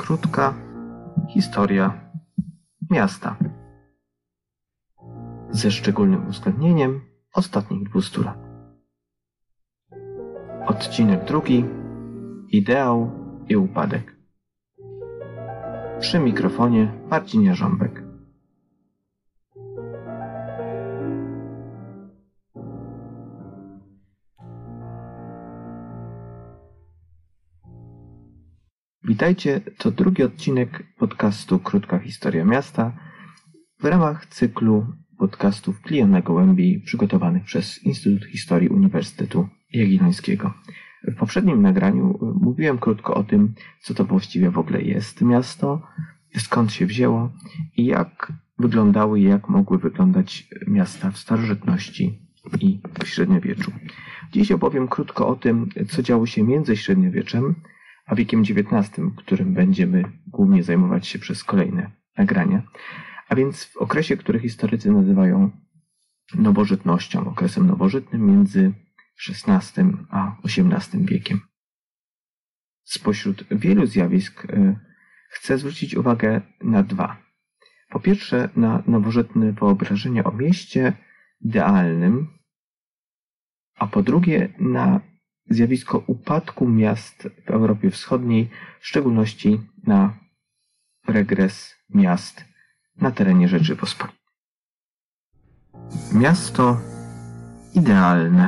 Krótka historia miasta. Ze szczególnym uwzględnieniem ostatnich 200 lat. Odcinek 2. Ideał i upadek. Przy mikrofonie Marcin Jarząbek. Witajcie, to drugi odcinek podcastu Krótka Historia Miasta w ramach cyklu podcastów Plijana Gołębi przygotowanych przez Instytut Historii Uniwersytetu Jagiellońskiego. W poprzednim nagraniu mówiłem krótko o tym, co to właściwie w ogóle jest miasto, skąd się wzięło i jak wyglądały i jak mogły wyglądać miasta w starożytności i w średniowieczu. Dziś opowiem krótko o tym, co działo się między średniowieczem a wiekiem XIX, którym będziemy głównie zajmować się przez kolejne nagrania, a więc w okresie, który historycy nazywają nowożytnością, okresem nowożytnym między XVI a XVIII wiekiem. Spośród wielu zjawisk chcę zwrócić uwagę na dwa. Po pierwsze, na nowożytne wyobrażenie o mieście idealnym, a po drugie na zjawisko upadku miast w Europie Wschodniej, w szczególności na regres miast na terenie Rzeczypospolitej. Miasto idealne.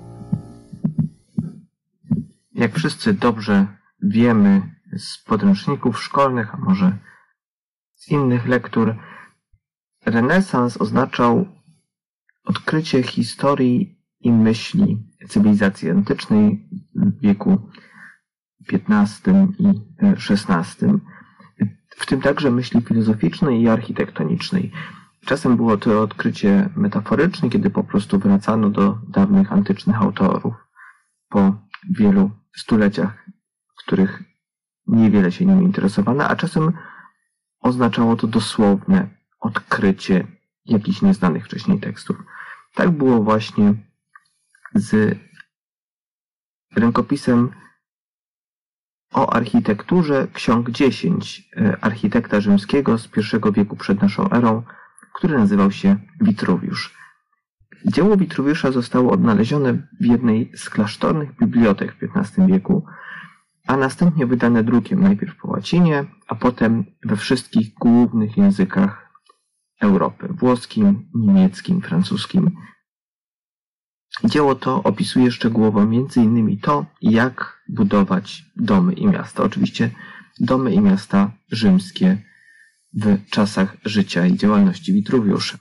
Jak wszyscy dobrze wiemy z podręczników szkolnych, a może z innych lektur, renesans oznaczał odkrycie historii i myśli cywilizacji antycznej w wieku XV i XVI, w tym także myśli filozoficznej i architektonicznej. Czasem było to odkrycie metaforyczne, kiedy po prostu wracano do dawnych antycznych autorów po wielu stuleciach, których niewiele się nimi interesowano, a czasem oznaczało to dosłowne odkrycie jakichś nieznanych wcześniej tekstów. Tak było właśnie z rękopisem o architekturze ksiąg 10 architekta rzymskiego z I wieku przed naszą erą, który nazywał się Witruwiusz. Dzieło Witruwiusza zostało odnalezione w jednej z klasztornych bibliotek w XV wieku, a następnie wydane drukiem, najpierw po łacinie, a potem we wszystkich głównych językach Europy: włoskim, niemieckim, francuskim. Dzieło to opisuje szczegółowo m.in. to, jak budować domy i miasta. Oczywiście domy i miasta rzymskie w czasach życia i działalności Witruwiusza.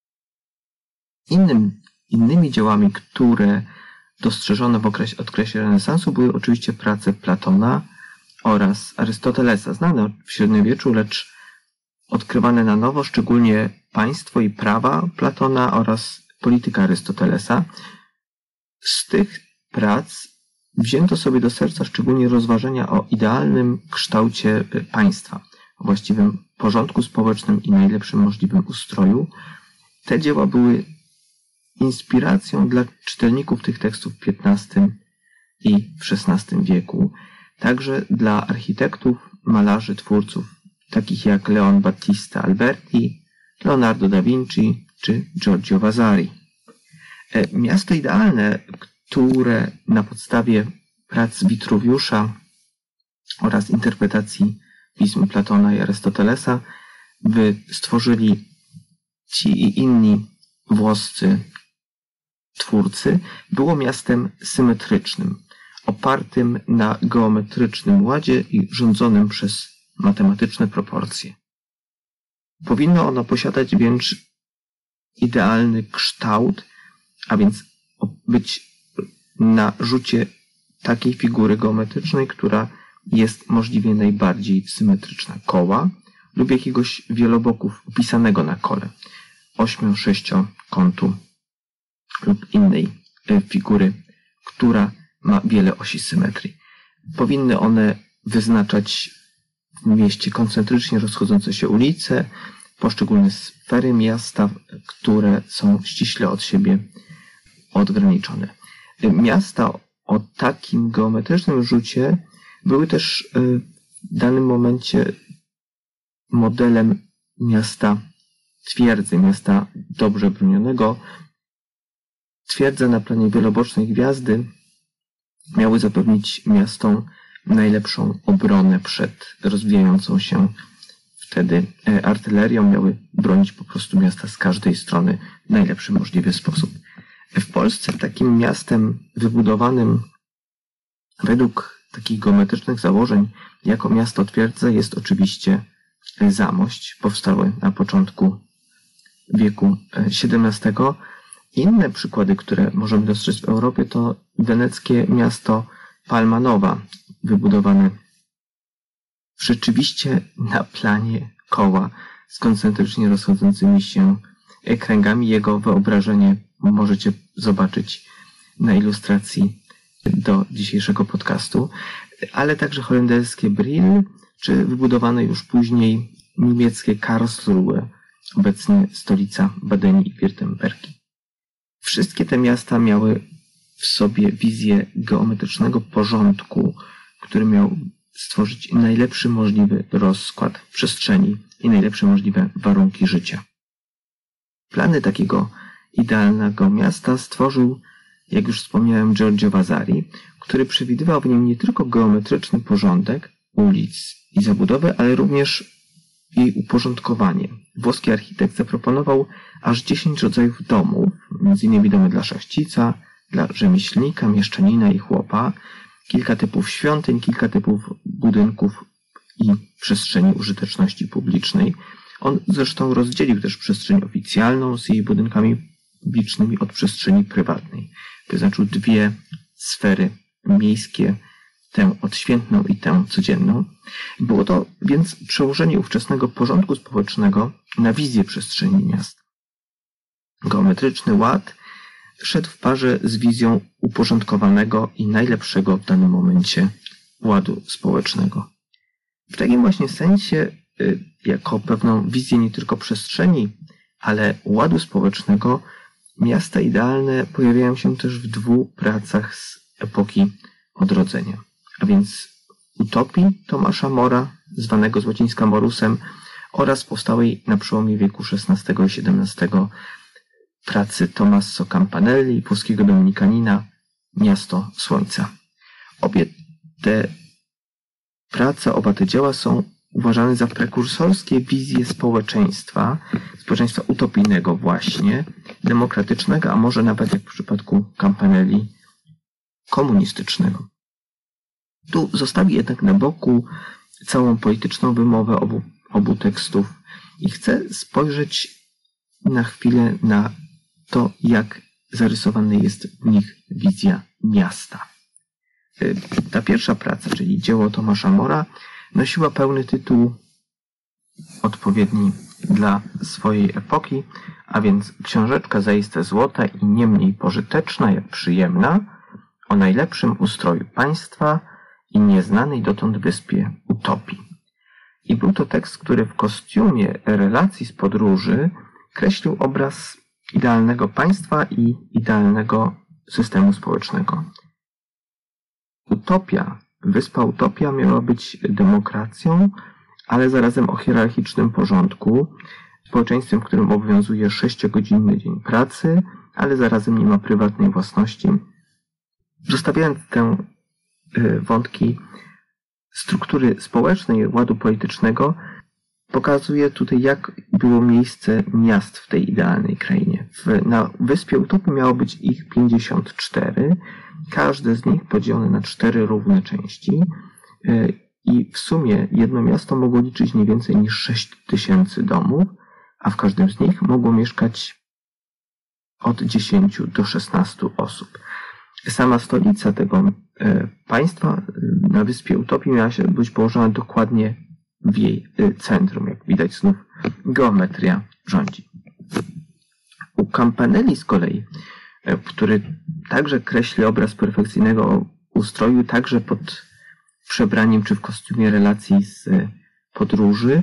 Innymi dziełami, które dostrzeżono w okresie renesansu, były oczywiście prace Platona oraz Arystotelesa, znane w średniowieczu, lecz odkrywane na nowo, szczególnie Państwo i prawa Platona oraz polityka Arystotelesa. Z tych prac wzięto sobie do serca szczególnie rozważania o idealnym kształcie państwa, o właściwym porządku społecznym i najlepszym możliwym ustroju. Te dzieła były inspiracją dla czytelników tych tekstów w XV i w XVI wieku, także dla architektów, malarzy, twórców, takich jak Leon Battista Alberti, Leonardo da Vinci czy Giorgio Vasari. Miasto idealne, które na podstawie prac Witruwiusza oraz interpretacji pism Platona i Arystotelesa stworzyli ci i inni włoscy twórcy, było miastem symetrycznym, opartym na geometrycznym ładzie i rządzonym przez matematyczne proporcje. Powinno ono posiadać więc idealny kształt, a więc być na rzucie takiej figury geometrycznej, która jest możliwie najbardziej symetryczna: koła lub jakiegoś wieloboków upisanego na kole, 8-6-kątu lub innej figury, która ma wiele osi symetrii. Powinny one wyznaczać w mieście koncentrycznie rozchodzące się ulice, poszczególne sfery miasta, które są ściśle od siebie odgraniczone. Miasta o takim geometrycznym rzucie były też w danym momencie modelem miasta twierdzy, miasta dobrze bronionego. Twierdze na planie wielobocznej gwiazdy miały zapewnić miastom najlepszą obronę przed rozwijającą się wtedy artylerią, miały bronić po prostu miasta z każdej strony w najlepszy możliwy sposób. W Polsce takim miastem wybudowanym według takich geometrycznych założeń jako miasto twierdza jest oczywiście Zamość, powstałe na początku wieku XVII. Inne przykłady, które możemy dostrzec w Europie, to weneckie miasto Palma Nowa, wybudowane rzeczywiście na planie koła z koncentrycznie rozchodzącymi się kręgami. Jego wyobrażenie możecie zobaczyć na ilustracji do dzisiejszego podcastu, ale także holenderskie Brill, czy wybudowane już później niemieckie Karlsruhe, obecnie stolica Badenii i Wirtembergi. Wszystkie te miasta miały w sobie wizję geometrycznego porządku, który miał stworzyć najlepszy możliwy rozkład przestrzeni i najlepsze możliwe warunki życia. Plany takiego idealnego miasta stworzył, jak już wspomniałem, Giorgio Vasari, który przewidywał w nim nie tylko geometryczny porządek ulic i zabudowy, ale również jej uporządkowanie. Włoski architekt zaproponował aż 10 rodzajów domów, m.in. domy dla szlachcica, dla rzemieślnika, mieszczanina i chłopa, kilka typów świątyń, kilka typów budynków i przestrzeni użyteczności publicznej. On zresztą rozdzielił też przestrzeń oficjalną z jej budynkami publicznymi od przestrzeni prywatnej. Wyznaczył dwie sfery miejskie, tę odświętną i tę codzienną. Było to więc przełożenie ówczesnego porządku społecznego na wizję przestrzeni miast. Geometryczny ład szedł w parze z wizją uporządkowanego i najlepszego w danym momencie ładu społecznego. W takim właśnie sensie, jako pewną wizję nie tylko przestrzeni, ale ładu społecznego, miasta idealne pojawiają się też w dwóch pracach z epoki odrodzenia. A więc utopii Tomasza Mora, zwanego z łacińska Morusem, oraz powstałej na przełomie wieku XVI i XVII pracy Tommaso Campanelli, włoskiego dominikanina, Miasto Słońca. Oba te dzieła są uważane za prekursorskie wizje społeczeństwa utopijnego właśnie, demokratycznego, a może nawet, jak w przypadku Campanelli, komunistycznego. Tu zostawi jednak na boku całą polityczną wymowę obu tekstów i chcę spojrzeć na chwilę na to, jak zarysowana jest w nich wizja miasta. Ta pierwsza praca, czyli dzieło Tomasza Mora, nosiła pełny tytuł odpowiedni dla swojej epoki, a więc Książeczka zaiste złota i nie mniej pożyteczna jak przyjemna o najlepszym ustroju państwa i nieznanej dotąd wyspie utopii. I był to tekst, który w kostiumie relacji z podróży kreślił obraz idealnego państwa i idealnego systemu społecznego. Wyspa Utopia miała być demokracją, ale zarazem o hierarchicznym porządku, społeczeństwem, w którym obowiązuje 6-godzinny dzień pracy, ale zarazem nie ma prywatnej własności. Zostawiając te wątki struktury społecznej, ładu politycznego, pokazuje tutaj, jak było miejsce miast w tej idealnej krainie. Na wyspie Utopii miało być ich 54, każde z nich podzielone na 4 równe części i w sumie jedno miasto mogło liczyć nie więcej niż 6000 domów, a w każdym z nich mogło mieszkać od 10 do 16 osób. Sama stolica tego państwa na wyspie Utopii miała się być położona dokładnie w jej centrum. Jak widać, znów geometria rządzi. U Campanelli z kolei, który także kreśli obraz perfekcyjnego ustroju, także pod przebraniem czy w kostiumie relacji z podróży,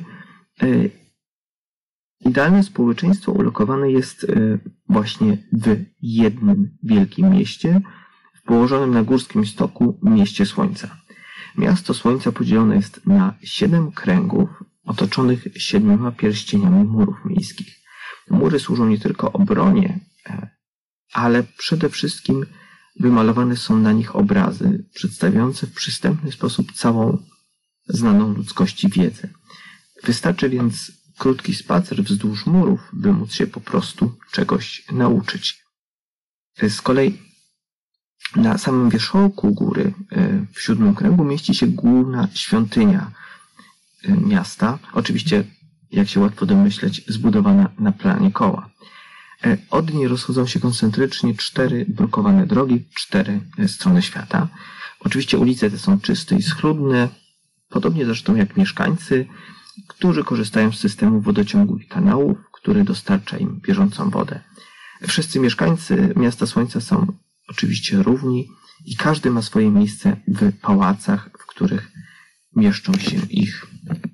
idealne społeczeństwo ulokowane jest właśnie w jednym wielkim mieście, położonym na górskim stoku mieście Słońca. Miasto Słońca podzielone jest na 7 kręgów otoczonych 7 pierścieniami murów miejskich. Mury służą nie tylko obronie, ale przede wszystkim wymalowane są na nich obrazy przedstawiające w przystępny sposób całą znaną ludzkości wiedzę. Wystarczy więc krótki spacer wzdłuż murów, by móc się po prostu czegoś nauczyć. Z kolei na samym wierzchołku góry, w 7 kręgu, mieści się główna świątynia miasta. Oczywiście, jak się łatwo domyśleć, zbudowana na planie koła. Od niej rozchodzą się koncentrycznie 4 brukowane drogi w 4 strony świata. Oczywiście ulice te są czyste i schludne, podobnie zresztą jak mieszkańcy, którzy korzystają z systemu wodociągu i kanałów, który dostarcza im bieżącą wodę. Wszyscy mieszkańcy Miasta Słońca są oczywiście równi i każdy ma swoje miejsce w pałacach, w których mieszczą się ich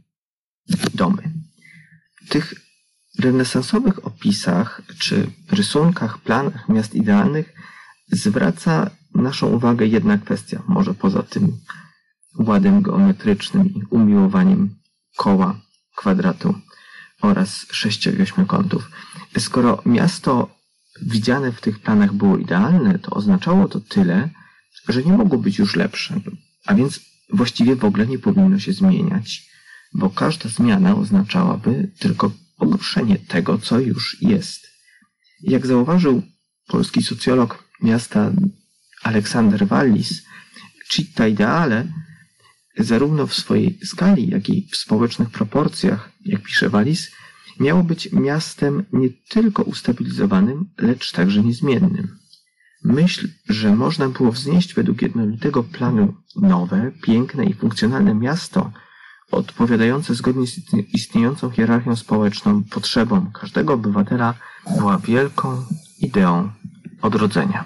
domy. W tych renesansowych opisach czy rysunkach, planach miast idealnych zwraca naszą uwagę jedna kwestia, może poza tym ładem geometrycznym i umiłowaniem koła, kwadratu oraz 6 ośmiokątów. Skoro miasto widziane w tych planach było idealne, to oznaczało to tyle, że nie mogło być już lepsze, a więc właściwie w ogóle nie powinno się zmieniać, bo każda zmiana oznaczałaby tylko pogorszenie tego, co już jest. Jak zauważył polski socjolog miasta Aleksander Wallis, Città Ideale zarówno w swojej skali, jak i w społecznych proporcjach, jak pisze Wallis, miało być miastem nie tylko ustabilizowanym, lecz także niezmiennym. Myśl, że można było wznieść według jednolitego planu nowe, piękne i funkcjonalne miasto, odpowiadające zgodnie z istniejącą hierarchią społeczną potrzebom każdego obywatela, była wielką ideą odrodzenia.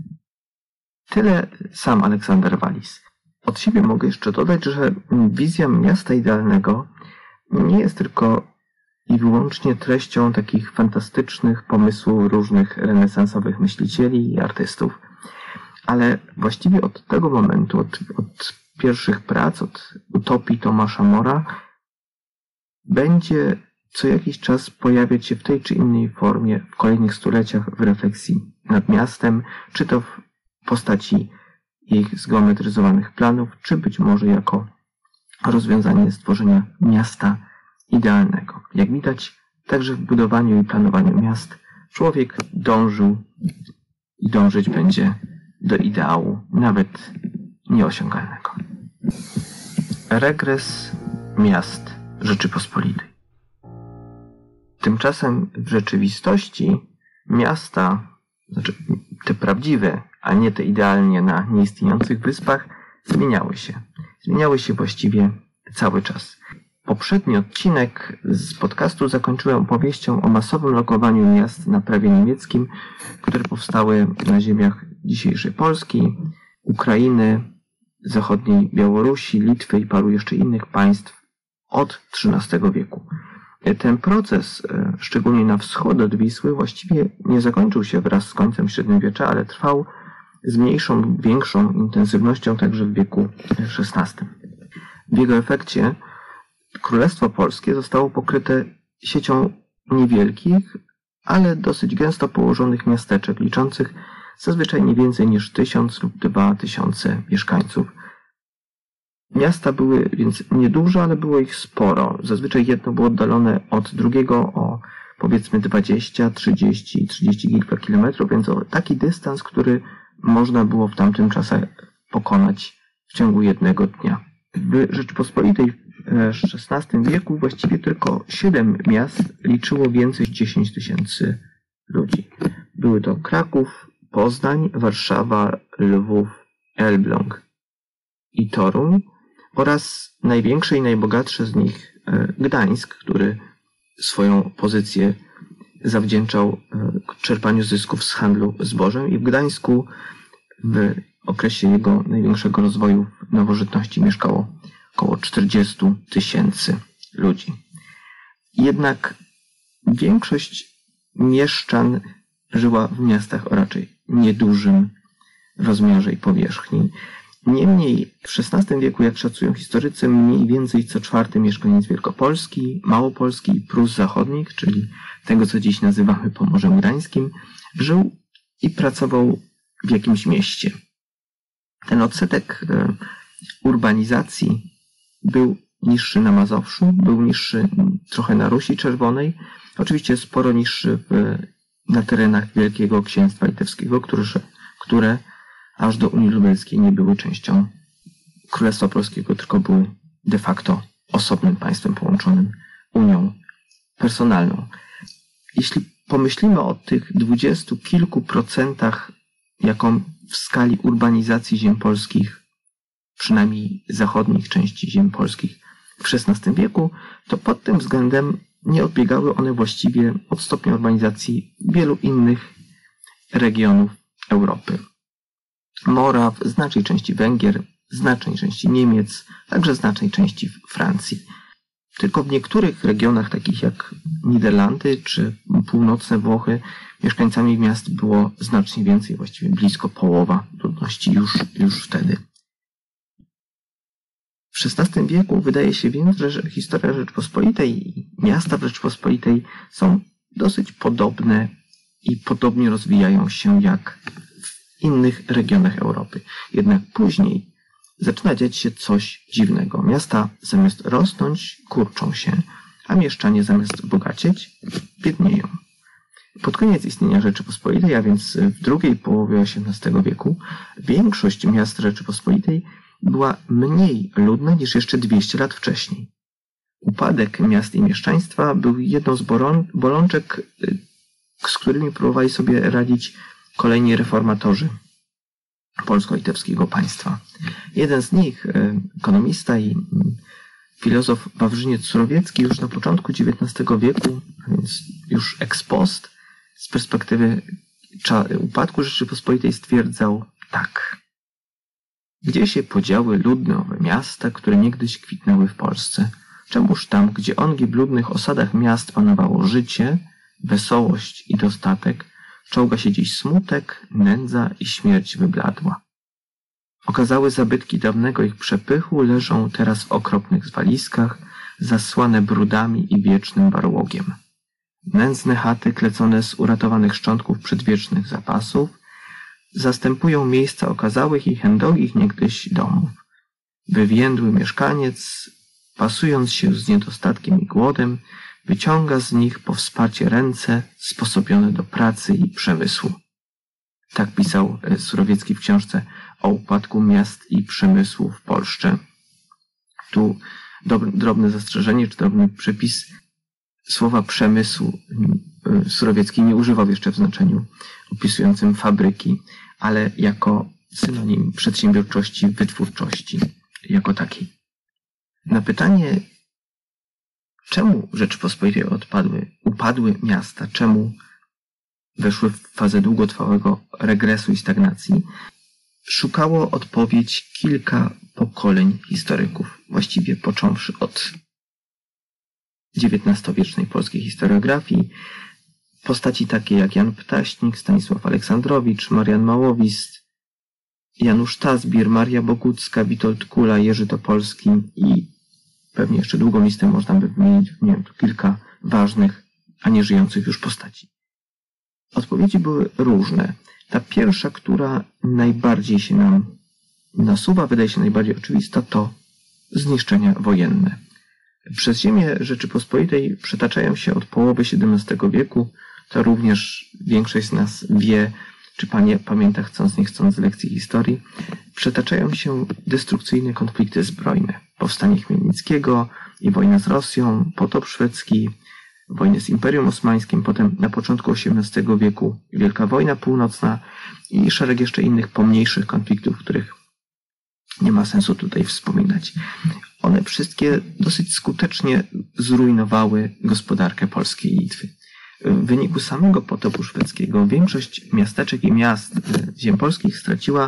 Tyle sam Aleksander Wallis. Od siebie mogę jeszcze dodać, że wizja miasta idealnego nie jest tylko i wyłącznie treścią takich fantastycznych pomysłów różnych renesansowych myślicieli i artystów, ale właściwie od tego momentu, od pierwszych prac, od utopii Tomasza Mora, będzie co jakiś czas pojawiać się w tej czy innej formie w kolejnych stuleciach w refleksji nad miastem, czy to w postaci ich zgeometryzowanych planów, czy być może jako rozwiązanie stworzenia miasta idealnego. Jak widać, także w budowaniu i planowaniu miast człowiek dążył i dążyć będzie do ideału, nawet nieosiągalnego. Regres miast Rzeczypospolitej. Tymczasem w rzeczywistości miasta, znaczy te prawdziwe, a nie te idealnie na nieistniejących wyspach, zmieniały się. Zmieniały się właściwie cały czas. Poprzedni odcinek z podcastu zakończyłem opowieścią o masowym lokowaniu miast na prawie niemieckim, które powstały na ziemiach dzisiejszej Polski, Ukrainy, zachodniej Białorusi, Litwy i paru jeszcze innych państw od XIII wieku. Ten proces, szczególnie na wschód od Wisły, właściwie nie zakończył się wraz z końcem średniowiecza, ale trwał z mniejszą lub większą intensywnością także w wieku XVI. W jego efekcie Królestwo Polskie zostało pokryte siecią niewielkich, ale dosyć gęsto położonych miasteczek, liczących zazwyczaj nie więcej niż 1000 lub 2000 mieszkańców. Miasta były więc nieduże, ale było ich sporo. Zazwyczaj jedno było oddalone od drugiego o powiedzmy 20, 30 kilka kilometrów, więc o taki dystans, który można było w tamtym czasie pokonać w ciągu jednego dnia. W Rzeczypospolitej w XVI wieku właściwie tylko 7 miast liczyło więcej niż 10 000 ludzi. Były to Kraków, Poznań, Warszawa, Lwów, Elbląg i Toruń oraz największe i najbogatsze z nich Gdańsk, który swoją pozycję zawdzięczał czerpaniu zysków z handlu zbożem i w Gdańsku w okresie jego największego rozwoju w nowożytności mieszkało około 40 000 ludzi. Jednak większość mieszczan żyła w miastach o raczej niedużym rozmiarze i powierzchni. Niemniej w XVI wieku, jak szacują historycy, mniej więcej co czwarty mieszkaniec Wielkopolski, Małopolski i Prus Zachodnich, czyli tego, co dziś nazywamy Pomorzem Gdańskim, żył i pracował w jakimś mieście. Ten odsetek urbanizacji był niższy na Mazowszu, był niższy trochę na Rusi Czerwonej, oczywiście sporo niższy na terenach Wielkiego Księstwa Litewskiego, które aż do Unii Lubelskiej nie były częścią Królestwa Polskiego, tylko były de facto osobnym państwem połączonym Unią personalną. Jeśli pomyślimy o tych 20 kilku procentach, jaką w skali urbanizacji ziem polskich, przynajmniej zachodnich części ziem polskich w XVI wieku, to pod tym względem nie odbiegały one właściwie od stopnia urbanizacji wielu innych regionów Europy. Moraw, znacznej części Węgier, znacznej części Niemiec, także znacznej części Francji. Tylko w niektórych regionach, takich jak Niderlandy czy północne Włochy, mieszkańcami miast było znacznie więcej, właściwie blisko połowa ludności już wtedy. W XVI wieku wydaje się więc, że historia Rzeczpospolitej i miasta w Rzeczpospolitej są dosyć podobne i podobnie rozwijają się jak w innych regionach Europy. Jednak później zaczyna dziać się coś dziwnego. Miasta zamiast rosnąć, kurczą się, a mieszczanie zamiast bogacieć, biednieją. Pod koniec istnienia Rzeczypospolitej, a więc w drugiej połowie XVIII wieku, większość miast Rzeczypospolitej była mniej ludna niż jeszcze 200 lat wcześniej. Upadek miast i mieszczaństwa był jedną z bolączek, z którymi próbowali sobie radzić kolejni reformatorzy polsko-litewskiego państwa. Jeden z nich, ekonomista i filozof Wawrzyniec Surowiecki, już na początku XIX wieku, a więc już ex post, z perspektywy upadku Rzeczypospolitej stwierdzał tak. Gdzie się podziały ludne owe miasta, które niegdyś kwitnęły w Polsce? Czemuż tam, gdzie ongi w ludnych osadach miast panowało życie, wesołość i dostatek, czołga się dziś smutek, nędza i śmierć wybladła. Okazałe zabytki dawnego ich przepychu leżą teraz w okropnych zwaliskach, zasłane brudami i wiecznym barłogiem. Nędzne chaty klecone z uratowanych szczątków przedwiecznych zapasów zastępują miejsca okazałych i chędogich niegdyś domów. Wywiędły mieszkaniec, pasując się z niedostatkiem i głodem, wyciąga z nich po wsparcie ręce sposobione do pracy i przemysłu. Tak pisał Surowiecki w książce o upadku miast i przemysłu w Polsce. Tu drobne zastrzeżenie, czy drobny przepis. Słowa przemysł Surowiecki nie używał jeszcze w znaczeniu opisującym fabryki, ale jako synonim przedsiębiorczości, wytwórczości jako takiej. Na pytanie, czemu Rzeczypospolitej upadły miasta, czemu weszły w fazę długotrwałego regresu i stagnacji, szukało odpowiedź kilka pokoleń historyków, właściwie począwszy od XIX-wiecznej polskiej historiografii, postaci takie jak Jan Ptaśnik, Stanisław Aleksandrowicz, Marian Małowist, Janusz Tazbir, Maria Bogucka, Witold Kula, Jerzy Topolski i pewnie jeszcze długą listę można by wymienić, tu kilka ważnych, a nie żyjących już postaci. Odpowiedzi były różne. Ta pierwsza, która najbardziej się nam nasuwa, wydaje się najbardziej oczywista, to zniszczenia wojenne. Przez ziemię Rzeczypospolitej przetaczają się od połowy XVII wieku, to również większość z nas wie, czy pamięta, chcąc nie chcąc, z lekcji historii, przetaczają się destrukcyjne konflikty zbrojne. Powstanie Chmielnickiego i wojna z Rosją, potop szwedzki, wojny z Imperium Osmańskim, potem na początku XVIII wieku Wielka Wojna Północna i szereg jeszcze innych pomniejszych konfliktów, których nie ma sensu tutaj wspominać. One wszystkie dosyć skutecznie zrujnowały gospodarkę Polski i Litwy. W wyniku samego potopu szwedzkiego większość miasteczek i miast ziem polskich straciła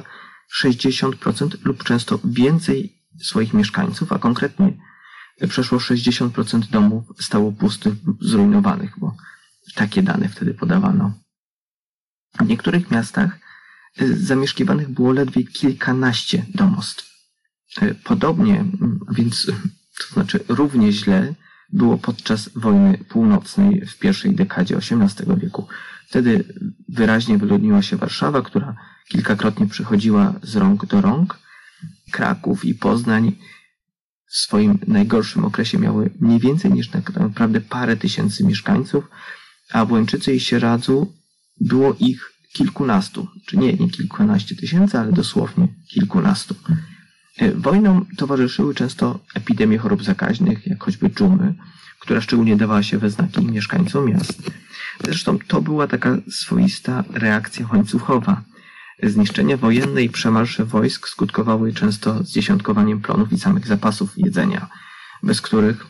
60% lub często więcej swoich mieszkańców, a konkretnie przeszło 60% domów stało pustych lub zrujnowanych, bo takie dane wtedy podawano. W niektórych miastach zamieszkiwanych było ledwie kilkanaście domostw. Podobnie, więc to znaczy równie źle było podczas wojny północnej w pierwszej dekadzie XVIII wieku. Wtedy wyraźnie wyludniła się Warszawa, która kilkakrotnie przechodziła z rąk do rąk. Kraków i Poznań w swoim najgorszym okresie miały mniej więcej niż tak naprawdę parę tysięcy mieszkańców, a w Łęczycy i Sieradzu było ich kilkunastu, czy nie kilkanaście tysięcy, ale dosłownie kilkunastu. Wojnom towarzyszyły często epidemie chorób zakaźnych, jak choćby dżumy, która szczególnie dawała się we znaki mieszkańcom miast. Zresztą to była taka swoista reakcja łańcuchowa. Zniszczenia wojenne i przemarsze wojsk skutkowały często zdziesiątkowaniem plonów i samych zapasów jedzenia, bez których,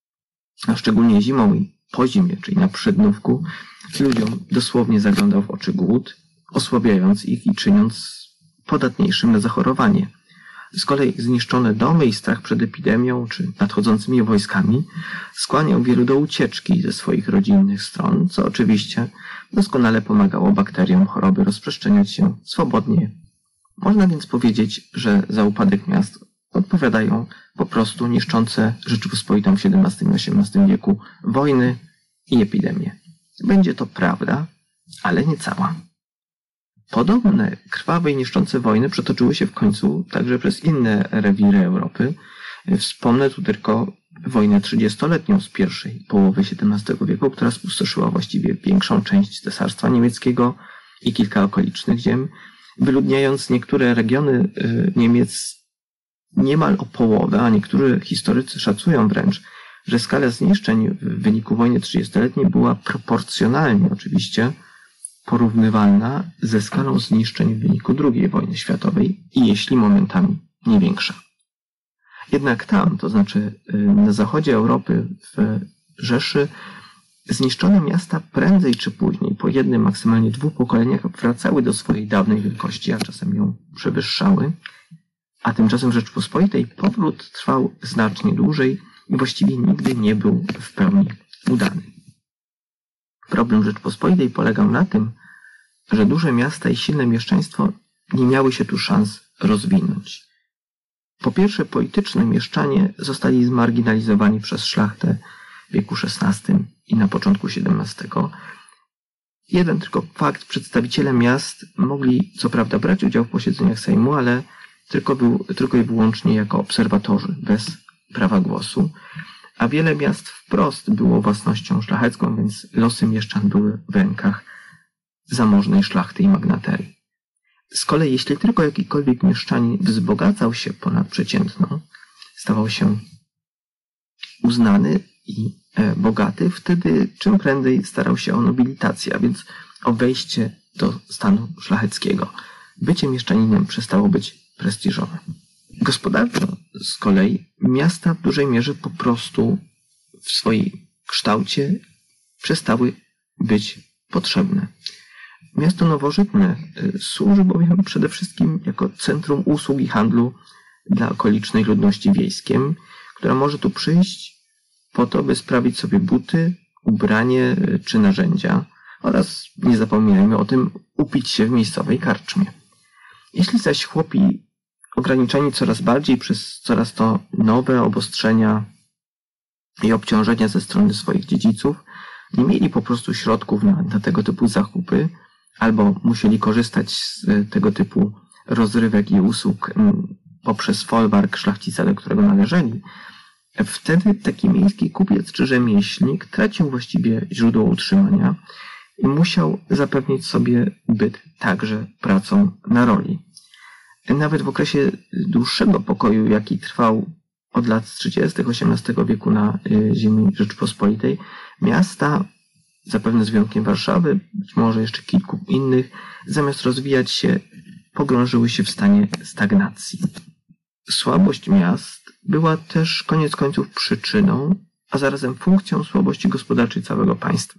a szczególnie zimą i po zimie, czyli na przednówku, ludziom dosłownie zaglądał w oczy głód, osłabiając ich i czyniąc podatniejszym na zachorowanie. Z kolei zniszczone domy i strach przed epidemią czy nadchodzącymi wojskami skłaniał wielu do ucieczki ze swoich rodzinnych stron, co oczywiście doskonale pomagało bakteriom choroby rozprzestrzeniać się swobodnie. Można więc powiedzieć, że za upadek miast odpowiadają po prostu niszczące Rzeczypospolitą w XVII i XVIII wieku wojny i epidemie. Będzie to prawda, ale nie cała. Podobne krwawe i niszczące wojny przetoczyły się w końcu także przez inne rewiry Europy. Wspomnę tu tylko wojnę 30-letnią z pierwszej połowy XVII wieku, która spustoszyła właściwie większą część Cesarstwa Niemieckiego i kilka okolicznych ziem, wyludniając niektóre regiony Niemiec niemal o połowę, a niektórzy historycy szacują wręcz, że skala zniszczeń w wyniku wojny 30-letniej była proporcjonalnie oczywiście porównywalna ze skalą zniszczeń w wyniku II wojny światowej i jeśli momentami nie większa. Jednak tam, to znaczy na zachodzie Europy, w Rzeszy, zniszczone miasta prędzej czy później, po jednym, maksymalnie 2 pokoleniach, wracały do swojej dawnej wielkości, a czasem ją przewyższały, a tymczasem w Rzeczypospolitej powrót trwał znacznie dłużej i właściwie nigdy nie był w pełni udany. Problem Rzeczypospolitej polegał na tym, że duże miasta i silne mieszczaństwo nie miały się tu szans rozwinąć. Po pierwsze, polityczni mieszczanie zostali zmarginalizowani przez szlachtę w wieku XVI i na początku XVII. Jeden tylko fakt, przedstawiciele miast mogli co prawda brać udział w posiedzeniach Sejmu, ale tylko i wyłącznie jako obserwatorzy, bez prawa głosu, a wiele miast wprost było własnością szlachecką, więc losy mieszczan były w rękach zamożnej szlachty i magnaterii. Z kolei jeśli tylko jakikolwiek mieszczanin wzbogacał się ponadprzeciętno, stawał się uznany i bogaty, wtedy czym prędzej starał się o nobilitację, a więc o wejście do stanu szlacheckiego. Bycie mieszczaninem przestało być prestiżowe. Gospodarczo z kolei miasta w dużej mierze po prostu w swoim kształcie przestały być potrzebne. Miasto nowożytne służy bowiem przede wszystkim jako centrum usług i handlu dla okolicznej ludności wiejskiej, która może tu przyjść po to, by sprawić sobie buty, ubranie czy narzędzia oraz, nie zapominajmy o tym, upić się w miejscowej karczmie. Jeśli zaś chłopi ograniczeni coraz bardziej przez coraz to nowe obostrzenia i obciążenia ze strony swoich dziedziców, nie mieli po prostu środków na tego typu zakupy, albo musieli korzystać z tego typu rozrywek i usług poprzez folwark szlachcica, do którego należeli, wtedy taki miejski kupiec czy rzemieślnik tracił właściwie źródło utrzymania i musiał zapewnić sobie byt także pracą na roli. Nawet w okresie dłuższego pokoju, jaki trwał od lat 30. XVIII wieku na ziemi Rzeczypospolitej, miasta, zapewne z wyjątkiem Warszawy, być może jeszcze kilku innych, zamiast rozwijać się, pogrążyły się w stanie stagnacji. Słabość miast była też koniec końców przyczyną, a zarazem funkcją słabości gospodarczej całego państwa.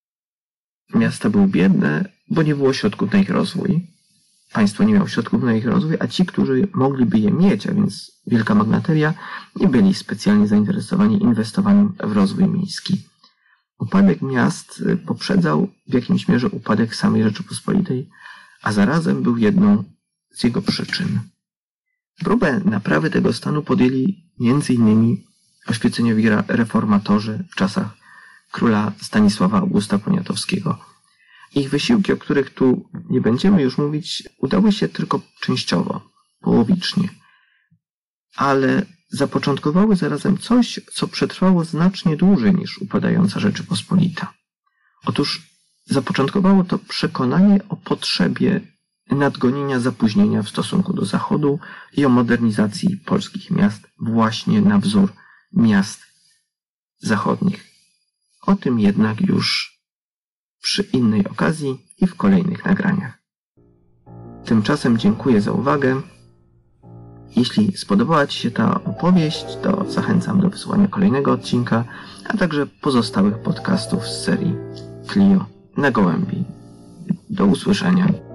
Miasta były biedne, bo nie było środków na ich rozwój. Państwo nie miało środków na ich rozwój, a ci, którzy mogliby je mieć, a więc wielka magnateria, nie byli specjalnie zainteresowani inwestowaniem w rozwój miejski. Upadek miast poprzedzał w jakimś mierze upadek samej Rzeczypospolitej, a zarazem był jedną z jego przyczyn. Próbę naprawy tego stanu podjęli m.in. oświeceniowi reformatorzy w czasach króla Stanisława Augusta Poniatowskiego. Ich wysiłki, o których tu nie będziemy już mówić, udały się tylko częściowo, połowicznie, ale zapoczątkowały zarazem coś, co przetrwało znacznie dłużej niż upadająca Rzeczypospolita. Otóż zapoczątkowało to przekonanie o potrzebie nadgonienia zapóźnienia w stosunku do Zachodu i o modernizacji polskich miast właśnie na wzór miast zachodnich. O tym jednak już przy innej okazji i w kolejnych nagraniach. Tymczasem dziękuję za uwagę. Jeśli spodobała Ci się ta opowieść, to zachęcam do wysłuchania kolejnego odcinka, a także pozostałych podcastów z serii Clio na Gołębi. Do usłyszenia.